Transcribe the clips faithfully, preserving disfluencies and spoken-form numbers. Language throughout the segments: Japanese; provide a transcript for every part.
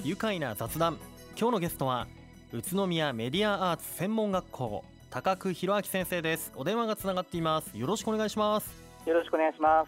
愉快な雑談。今日のゲストは宇都宮メディアアーツ専門学校高久弘明先生です。お電話がつながっています。よろしくお願いします。 よろしくお願いします。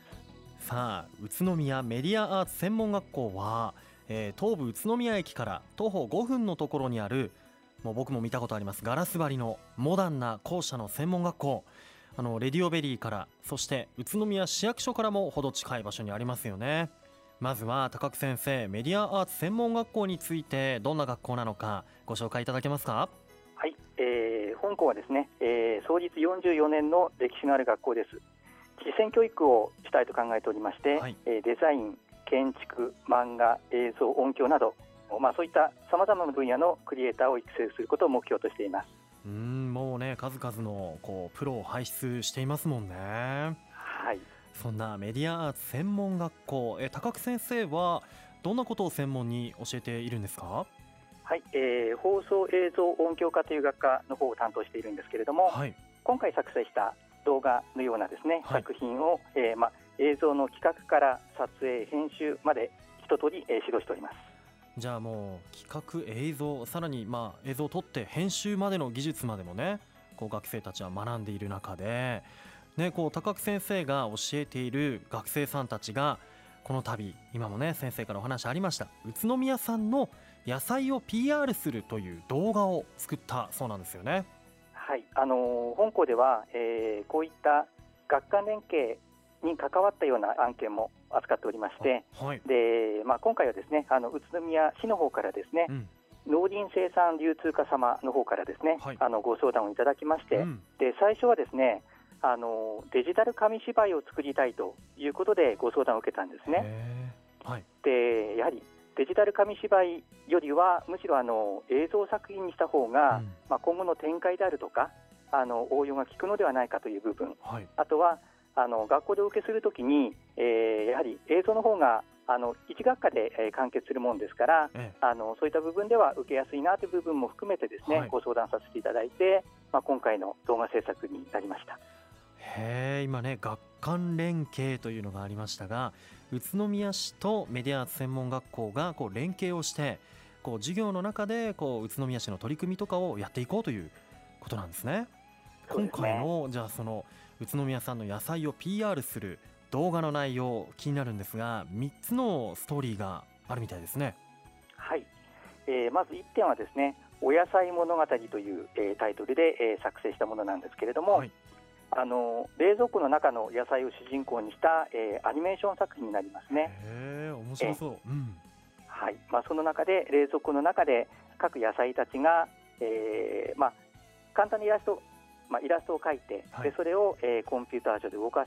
さあ、宇都宮メディアアーツ専門学校は、えー、東武宇都宮駅から徒歩ごふんのところにある、もう僕も見たことありますガラス張りのモダンな校舎の専門学校。あのレディオベリーから、そして宇都宮市役所からもほど近い場所にありますよね。まずは高久先生、メディアアーツ専門学校についてどんな学校なのかご紹介いただけますか？ はい、えー、本校はですね、えー、創立よんじゅうよねんの歴史のある学校です。実践教育をしたいと考えておりまして、はい、えー、デザイン、建築、漫画、映像、音響など、まあ、そういったさまざまな分野のクリエイターを育成することを目標としています。 うーんもうね、輩々のこうプロを輩出していますもんね。 はい、 そんなメディアアーツ専門学校、え高久先生はどんなことを専門に教えているんですか？ はい、えー、放送映像音響科という学科の方を担当しているんですけれども、はい、今回作成した動画のようなですね、はい、作品を、えーま、映像の企画から撮影編集まで一通り、えー、指導しております。 じゃあもう企画、映像、さらにまあ映像を撮って編集までの技術までもね、こう学生たちは学んでいる中で、ね、こう高久先生が教えている学生さんたちがこの度、今もね先生からお話ありました宇都宮産の野菜を ピーアール するという動画を作ったそうなんですよね。 はい、あのー、本校では、えー、こういった学科連携に関わったような案件も扱っておりまして、はい、でまあ、今回はですね、あの宇都宮市の方からですね、うん、農林生産流通課様の方からですね、はい、あのご相談をいただきまして、うん、で最初はですね、あのデジタル紙芝居を作りたいということでご相談を受けたんですね。はい、でやはりデジタル紙芝居よりはむしろあの映像作品にした方が、うん、まあ、今後の展開であるとかあの応用が効くのではないかという部分、はい、あとはあの学校でお受けするときに、えー、やはり映像の方があの一学科で、えー、完結するものですから、ええ、あのそういった部分では受けやすいなという部分も含めてですね、はい、ご相談させていただいて、まあ、今回の動画制作になりました。 へー、今ね学間連携というのがありましたが、宇都宮市とメディアアーツ専門学校がこう連携をしてこう授業の中でこう宇都宮市の取り組みとかをやっていこうということなんですね。今回のじゃあその宇都宮産の野菜を ピーアール する動画の内容気になるんですが、みっつのストーリーがあるみたいですね。 はい、えー、まずいってんはですね、お野菜物語という、えー、タイトルで、えー、作成したものなんですけれども、はい、あの冷蔵庫の中の野菜を主人公にした、えー、アニメーション作品になりますね。 へー、面白そう。えーうんはい、まあ、その中で冷蔵庫の中で各野菜たちが、えーまあ、簡単にイラストまあ、イラストを描いて、はい、でそれを、えー、コンピューター上で動かして、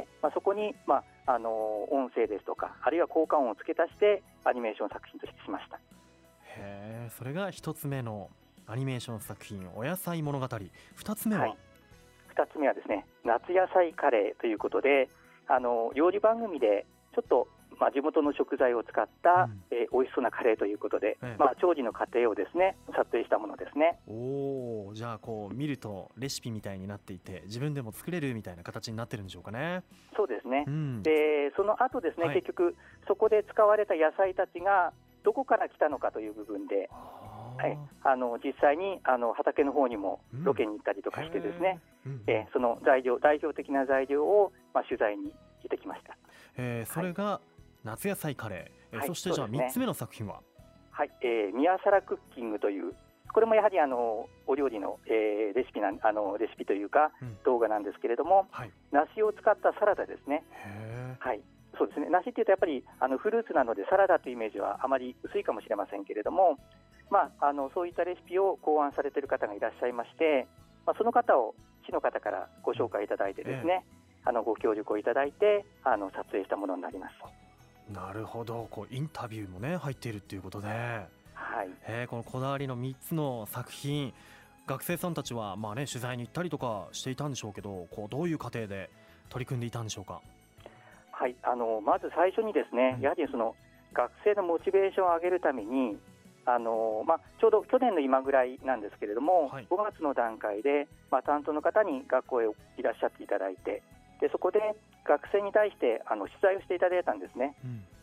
まあ、そこに、まああのー、音声ですとかあるいは効果音を付け足してアニメーション作品としてしました。 へー、それが一つ目のアニメーション作品、お野菜物語。二つ目は、はい、 二つ目はですね、夏野菜カレーということで、あのー、料理番組でちょっとまあ、地元の食材を使った、うんえー、美味しそうなカレーということで、ええまあ、調理の過程をですね撮影したものですね。 おー、じゃあこう見るとレシピみたいになっていて自分でも作れるみたいな形になってるんでしょうかね。 そうですね、うん、でその後ですね、はい、結局そこで使われた野菜たちがどこから来たのかという部分で、はい、あの実際にあの畑の方にもロケに行ったりとかしてですね、うん、えー、その材料代表的な材料を、まあ、取材に行ってきました。 えー、それが、はい、夏野菜カレー、はい、そしてじゃあみっつめの作品は、 はい、えー、宮皿クッキングという、これもやはりあのお料理の、えー、レシピなあのレシピというか、うん、動画なんですけれども、はい、梨を使ったサラダですね。 へー、 はい、そうですね、梨っていうとやっぱりあのフルーツなのでサラダというイメージはあまり薄いかもしれませんけれども、まあ、あのそういったレシピを考案されている方がいらっしゃいまして、まあ、その方を市の方からご紹介いただいてですね、えー、あのご協力をいただいてあの撮影したものになります。 なるほど、こうインタビューもね入っているということで、 はい、 えー、このこだわりのみっつの作品、学生さんたちはまあ、ね、取材に行ったりとかしていたんでしょうけど、こうどういう過程で取り組んでいたんでしょうか。 はい、あのまず最初にですね、うん、やはりその学生のモチベーションを上げるためにあの、まあ、ちょうど去年の今ぐらいなんですけれども、はい、ごがつの段階で、まあ、担当の方に学校へいらっしゃっていただいて、でそこで学生に対してあの取材をしていただいたんですね。うん、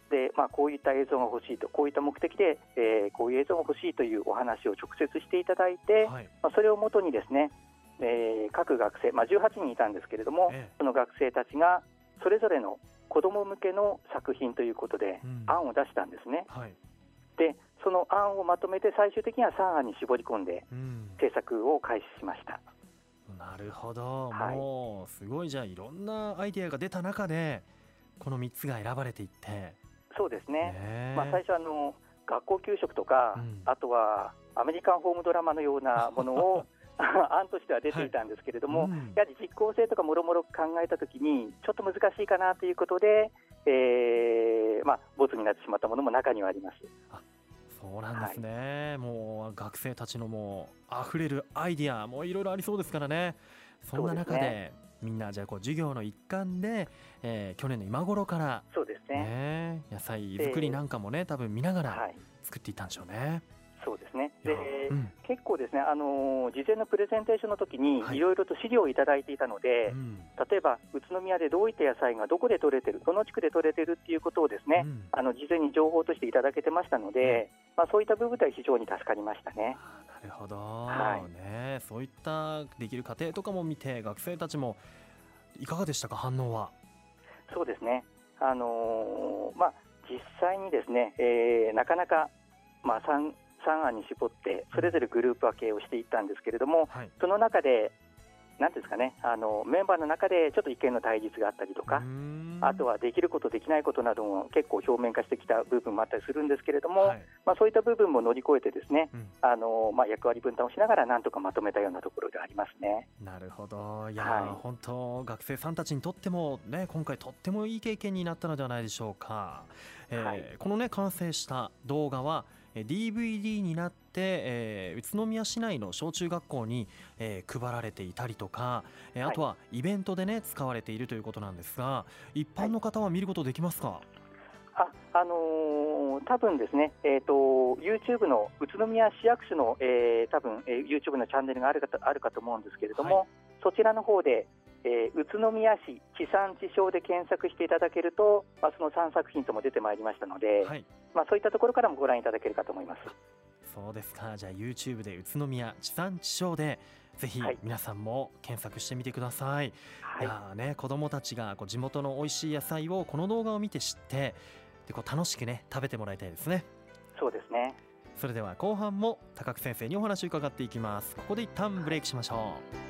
で、まあ、こういった映像が欲しいと、こういった目的で、えー、こういう映像が欲しいというお話を直接していただいて、はい、まあ、それをもとにですね、えー、各学生、まあ、じゅうはちにんいたんですけれども、ええ、その学生たちがそれぞれの子ども向けの作品ということで、うん、案を出したんですね、はい、でその案をまとめて最終的にはさんあんに絞り込んで制作を開始しました、 うん、なるほど、はい、もうすごい、じゃあいろんなアイデアが出た中でこのみっつが選ばれていって。 そうですね、まあ、最初あの学校給食とか、うん、あとはアメリカンホームドラマのようなものを案としては出ていたんですけれども、はい、うん、やはり実効性とかもろもろ考えたときにちょっと難しいかなということで、えーまあ、ボツになってしまったものも中にはあります。 あ、そうなんですね、はい、もう学生たちのもうあふれるアイディアもいろいろありそうですからね。そんな中 で, で、ね、みんなじゃあこう授業の一環で、えー、去年の今頃から、 そうですね、 ね、野菜作りなんかもね、えー、多分見ながら作っていったんでしょうね。 そうですね。で、うん、結構ですね、あのー、事前のプレゼンテーションの時にいろいろと資料をいただいていたので、はい、うん、例えば宇都宮でどういった野菜がどこで採れてる、どの地区で採れてるっていうことをですね、うん、あの事前に情報としていただけてましたので、まあ、そういった部分では非常に助かりましたね。 なるほど、はい、ね、そういったできる過程とかも見て学生たちもいかがでしたか、反応は。 そうですね、あのーまあ、実際にですね、えー、なかなか、まあ、さんあんに絞ってそれぞれグループ分けをしていったんですけれども、はい、その中で何ですかね、あのメンバーの中でちょっと意見の対立があったりとか、あとはできることできないことなども結構表面化してきた部分もあったりするんですけれども、はい、まあ、そういった部分も乗り越えてですね、うん、あのまあ、役割分担をしながらなんとかまとめたようなところでありますね。 なるほど、いや、はい、本当学生さんたちにとっても、ね、今回とってもいい経験になったのではないでしょうか、えーはい、この、ね、完成した動画はディーブイディー になって、えー、宇都宮市内の小中学校に、えー、配られていたりとか、えー、あとはイベントで、ね、使われているということなんですが、一般の方は見ることできますか？はい、 あ、あのー、多分ですね、えーと、YouTube の宇都宮市役所の、えー、多分、えー、YouTube のチャンネルがあるかと、あるかと思うんですけれども、はい、そちらの方でえー、宇都宮市地産地消で検索していただけると、まあ、そのさんさく品とも出てまいりましたので、はい、まあ、そういったところからもご覧いただけるかと思います。 そうですか、じゃあ YouTube で宇都宮地産地消でぜひ皆さんも検索してみてください。はい、いやね、子どもたちがこう地元の美味しい野菜をこの動画を見て知ってでこう楽しくね食べてもらいたいですね。 そうですね。 それでは後半も高久先生にお話を伺っていきます。ここで一旦ブレイクしましょう。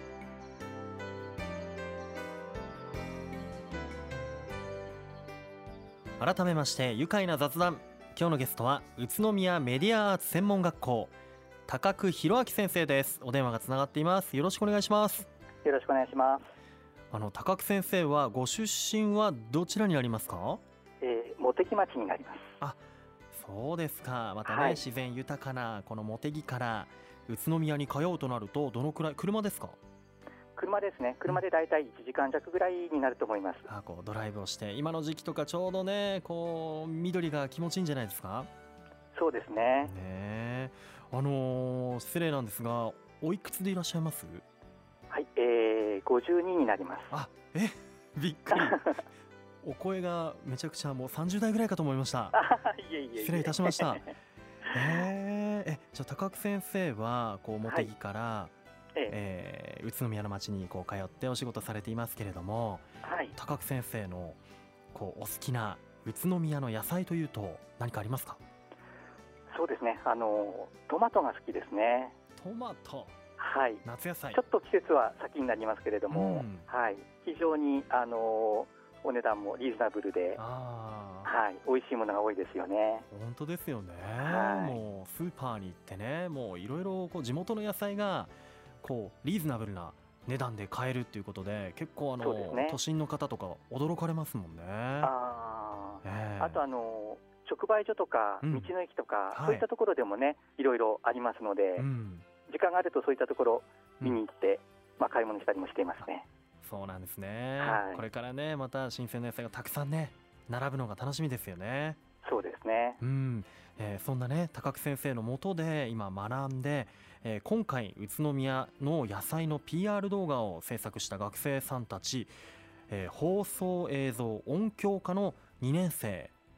改めまして愉快な雑談、今日のゲストは宇都宮メディアアーツ専門学校高久弘明先生です。お電話がつながっています。よろしくお願いします。 よろしくお願いします。 あの高久先生はご出身はどちらになりますか？ えー、茂木町になります。 あ、そうですか。またね、はい、自然豊かなこの茂木から宇都宮に通うとなるとどのくらい、車ですか？ 車ですね。車でだいたいいちじかん弱ぐらいになると思います。 あ、こうドライブをして今の時期とかちょうどねこう緑が気持ちいいんじゃないですか？ そうですね。 ね、あのー、失礼なんですがおいくつでいらっしゃいます？ はい、えー、ごじゅうにになります。 あ、え、びっくりお声がめちゃくちゃもうさんじゅう代ぐらいかと思いました。 いえいえいえ、 失礼いたしましたえー、えじゃあ高久先生はこう茂木から、はい、えー、宇都宮の町にこう通ってお仕事されていますけれども、はい、高久先生のこうお好きな宇都宮の野菜というと何かありますか？ そうですね、あのトマトが好きですね。 トマト、 はい、 夏野菜、 ちょっと季節は先になりますけれども、うん、はい、非常にあのお値段もリーズナブルで、あ、はい、美味しいものが多いですよね。 本当ですよね、はい、もうスーパーに行ってね、もういろいろ地元の野菜がこうリーズナブルな値段で買えるっていうことで結構あの、ね、都心の方とか驚かれますもんね。あ、 えー、あとあの直売所とか道の駅とか、うん、そういったところでもね、はい、いろいろありますので、うん、時間があるとそういったところ見に行って、うん、まあ、買い物したりもしていますね。 そうなんですね、はい、これからねまた新鮮な野菜がたくさんね並ぶのが楽しみですよね。 そうですね、 うん、えー、そんなね高久先生の下で今学んで、えー、今回宇都宮の野菜の ピーアール 動画を制作した学生さんたち、えー、放送映像音響科のにねん生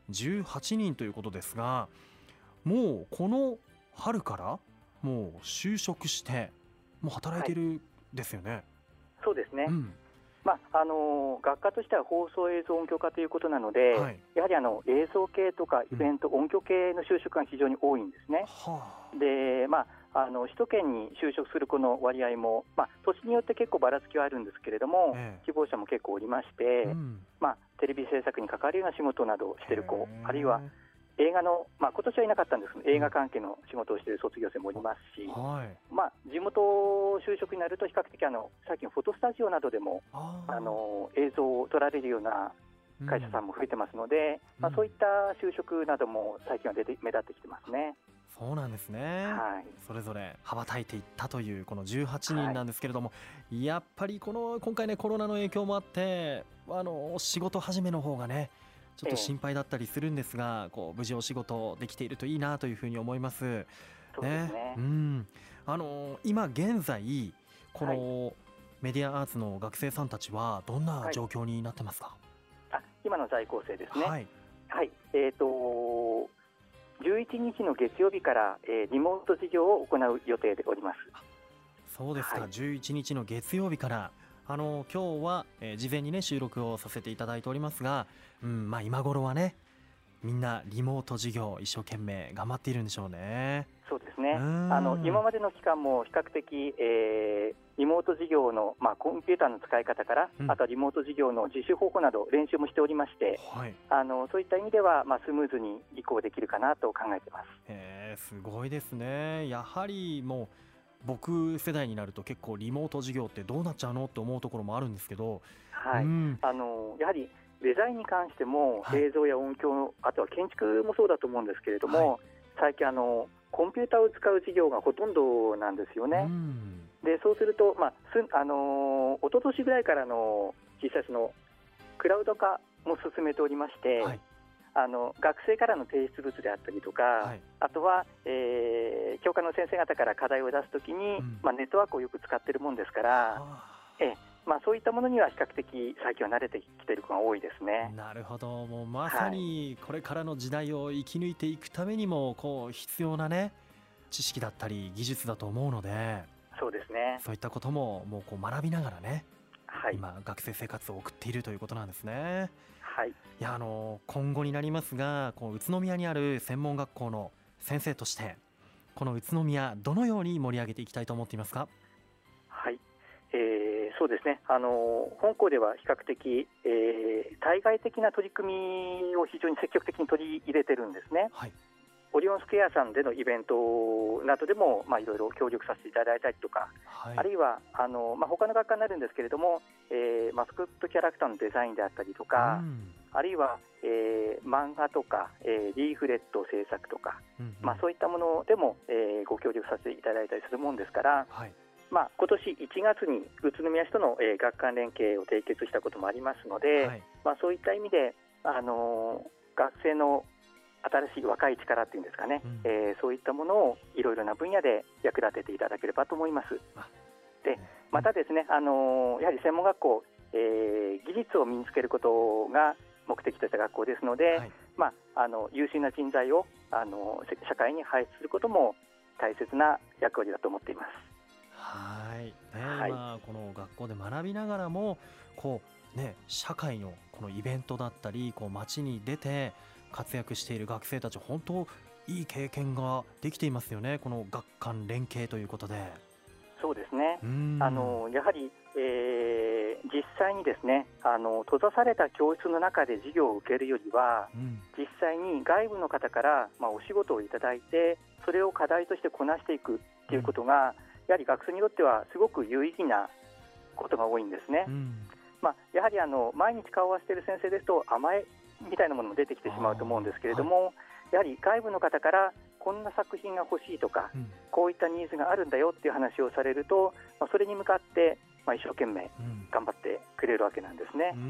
じゅうはちにんということですが、もうこの春からもう就職してもう働いているですよね。はい、 そうですね、 うん、 まああの学科としては放送映像音響科ということなので、はい、やはりあの映像系とかイベント、うん、音響系の就職が非常に多いんですね。はあ、でまああの首都圏に就職する子の割合も、まあ、土地によって結構ばらつきはあるんですけれども、ええ、希望者も結構おりまして、うん、まあ、テレビ制作に関わるような仕事などをしている子、あるいは映画の、まあ、今年はいなかったんですけど映画関係の仕事をしている卒業生もおりますし、はい、まあ、地元就職になると比較的あの最近フォトスタジオなどでもああの映像を撮られるような会社さんも増えてますので、うん、まあ、そういった就職なども最近は出て目立ってきてますね。 そうなんですね、はい、それぞれ羽ばたいていったというこのじゅうはちにんなんですけれども、はい、やっぱりこの今回ねコロナの影響もあってあの仕事始めの方がねちょっと心配だったりするんですが、えー、こう無事お仕事できているといいなというふうに思います。 そうですね、 うん、あの今現在このメディアアーツの学生さんたちはどんな状況になってますか？ はい、あ今の在校生ですね。 はい、 はい、えーとじゅういちにちの月曜日から、えー、リモート授業を行う予定でおります。 そうですか、 はい、 じゅういちにちの月曜日からあの今日は、えー、事前にね収録をさせていただいておりますが、うんまあ、今頃はねみんなリモート授業一生懸命頑張っているんでしょうね。 そうですね、あの今までの期間も比較的、えー、リモート授業の、まあ、コンピューターの使い方から、うん、あとはリモート授業の自習方法など練習もしておりまして、はい、あのそういった意味では、まあ、スムーズに移行できるかなと考えています。 へー、すごいですね。やはりもう僕世代になると結構リモート授業ってどうなっちゃうのって思うところもあるんですけど、 はい、うん、あのやはりデザインに関しても映像や音響、はい、あとは建築もそうだと思うんですけれども、はい、最近あのコンピューターを使う授業がほとんどなんですよね。うん、でそうすると、まあすあのー、一昨年ぐらいからの実際そのクラウド化も進めておりまして、はい、あの学生からの提出物であったりとか、はい、あとは、えー、教科の先生方から課題を出すときに、うん、まあ、ネットワークをよく使っているもんですから、えまあ、そういったものには比較的最近は慣れてきている子が多いですね。 なるほど、もうまさにこれからの時代を生き抜いていくためにもこう必要なね知識だったり技術だと思うので、 そうですね、 そういったことももうこう学びながらね、 はい、 今学生生活を送っているということなんですね。 はい、いやあの今後になりますが、こう宇都宮にある専門学校の先生としてこの宇都宮どのように盛り上げていきたいと思っていますか？ はい、えー、そうですね、あの本校では比較的、えー、対外的な取り組みを非常に積極的に取り入れてるんですね。はい、オリオンスクエアさんでのイベントなどでも、まあ、いろいろ協力させていただいたりとか、はい、あるいはあの、まあ、他の学科になるんですけれども、えー、マスコットキャラクターのデザインであったりとか、うん、あるいは、えー、漫画とか、えー、リーフレット制作とか、うんうん、まあ、そういったものでも、えー、ご協力させていただいたりするもんですから、はい、まあ、今年いちがつに宇都宮市との、えー、学間連携を締結したこともありますので、はい、まあ、そういった意味で、あのー、学生の新しい若い力っていうんですかね、うん、えー、そういったものをいろいろな分野で役立てていただければと思います。でまたですね、あのー、やはり専門学校、えー、技術を身につけることが目的とした学校ですので、はい、まあ、あの優秀な人材をあの社会に輩出することも大切な役割だと思っています。 はい、ね、はい、今この学校で学びながらもこう、ね、社会のこのイベントだったりこう街に出て活躍している学生たち、本当いい経験ができていますよね、この学間連携ということで。 そうですね、あのやはり、えー、実際にですね、あの閉ざされた教室の中で授業を受けるよりは、うん、実際に外部の方から、まあ、お仕事をいただいてそれを課題としてこなしていくということが、うん、やはり学生にとってはすごく有意義なことが多いんですね。うん、まあ、やはりあの毎日顔を合わせている先生ですと甘えみたいなものも出てきてしまうと思うんですけれども、はい、やはり外部の方からこんな作品が欲しいとか、うん、こういったニーズがあるんだよっていう話をされると、まあ、それに向かって、まあ、一生懸命頑張ってくれるわけなんですね。うん、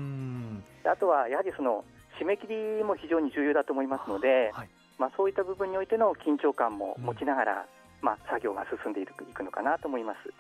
あとはやはりその締め切りも非常に重要だと思いますので、はい、まあ、そういった部分においての緊張感も持ちながら、うん、まあ、作業が進んでいくのかなと思います。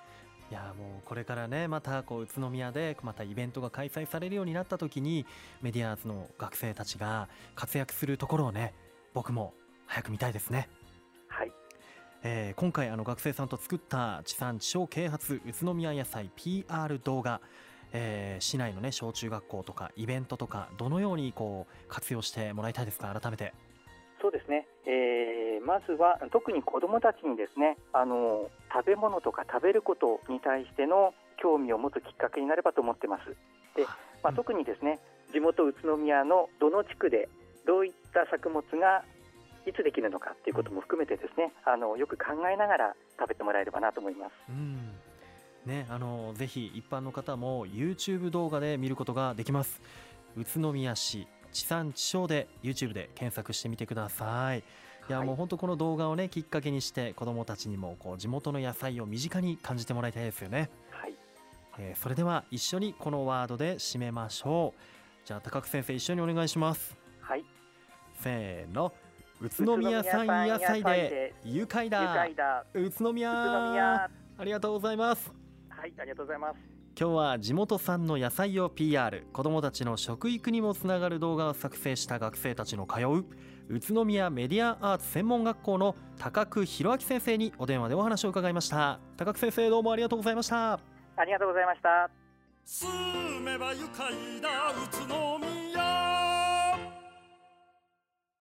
いやもうこれからねまたこう宇都宮でまたイベントが開催されるようになった時にメディアーズの学生たちが活躍するところをね僕も早く見たいですね。 はい、 えー、今回あの学生さんと作った地産地消啓発宇都宮野菜 ピーアール 動画、えー、市内のね小中学校とかイベントとかどのようにこう活用してもらいたいですか？改めて。 そうですね、えー、まずは特に子どもたちにですねあの食べ物とか食べることに対しての興味を持つきっかけになればと思ってます。で、まあ、特にですね地元宇都宮のどの地区でどういった作物がいつできるのかということも含めてですねあのよく考えながら食べてもらえればなと思います。 うんね、あのぜひ一般の方も YouTube 動画で見ることができます。宇都宮市地産地消で YouTube で検索してみてください。いや、はい、もう本当この動画をねきっかけにして子どもたちにもこう地元の野菜を身近に感じてもらいたいですよね。 はい、 えー、それでは一緒にこのワードで締めましょう。じゃあ高久先生一緒にお願いします。 はい、 せーの。宇都宮産野菜で愉快だ宇都宮。ありがとうございます。 はい、ありがとうございます。 今日は地元産の野菜を ピーアール、 子どもたちの食育にもつながる動画を作成した学生たちの通う宇都宮メディアアーツ専門学校の高久弘明先生にお電話でお話を伺いました。高久先生どうもありがとうございました。 ありがとうございました。 住めば愉快だ宇都宮。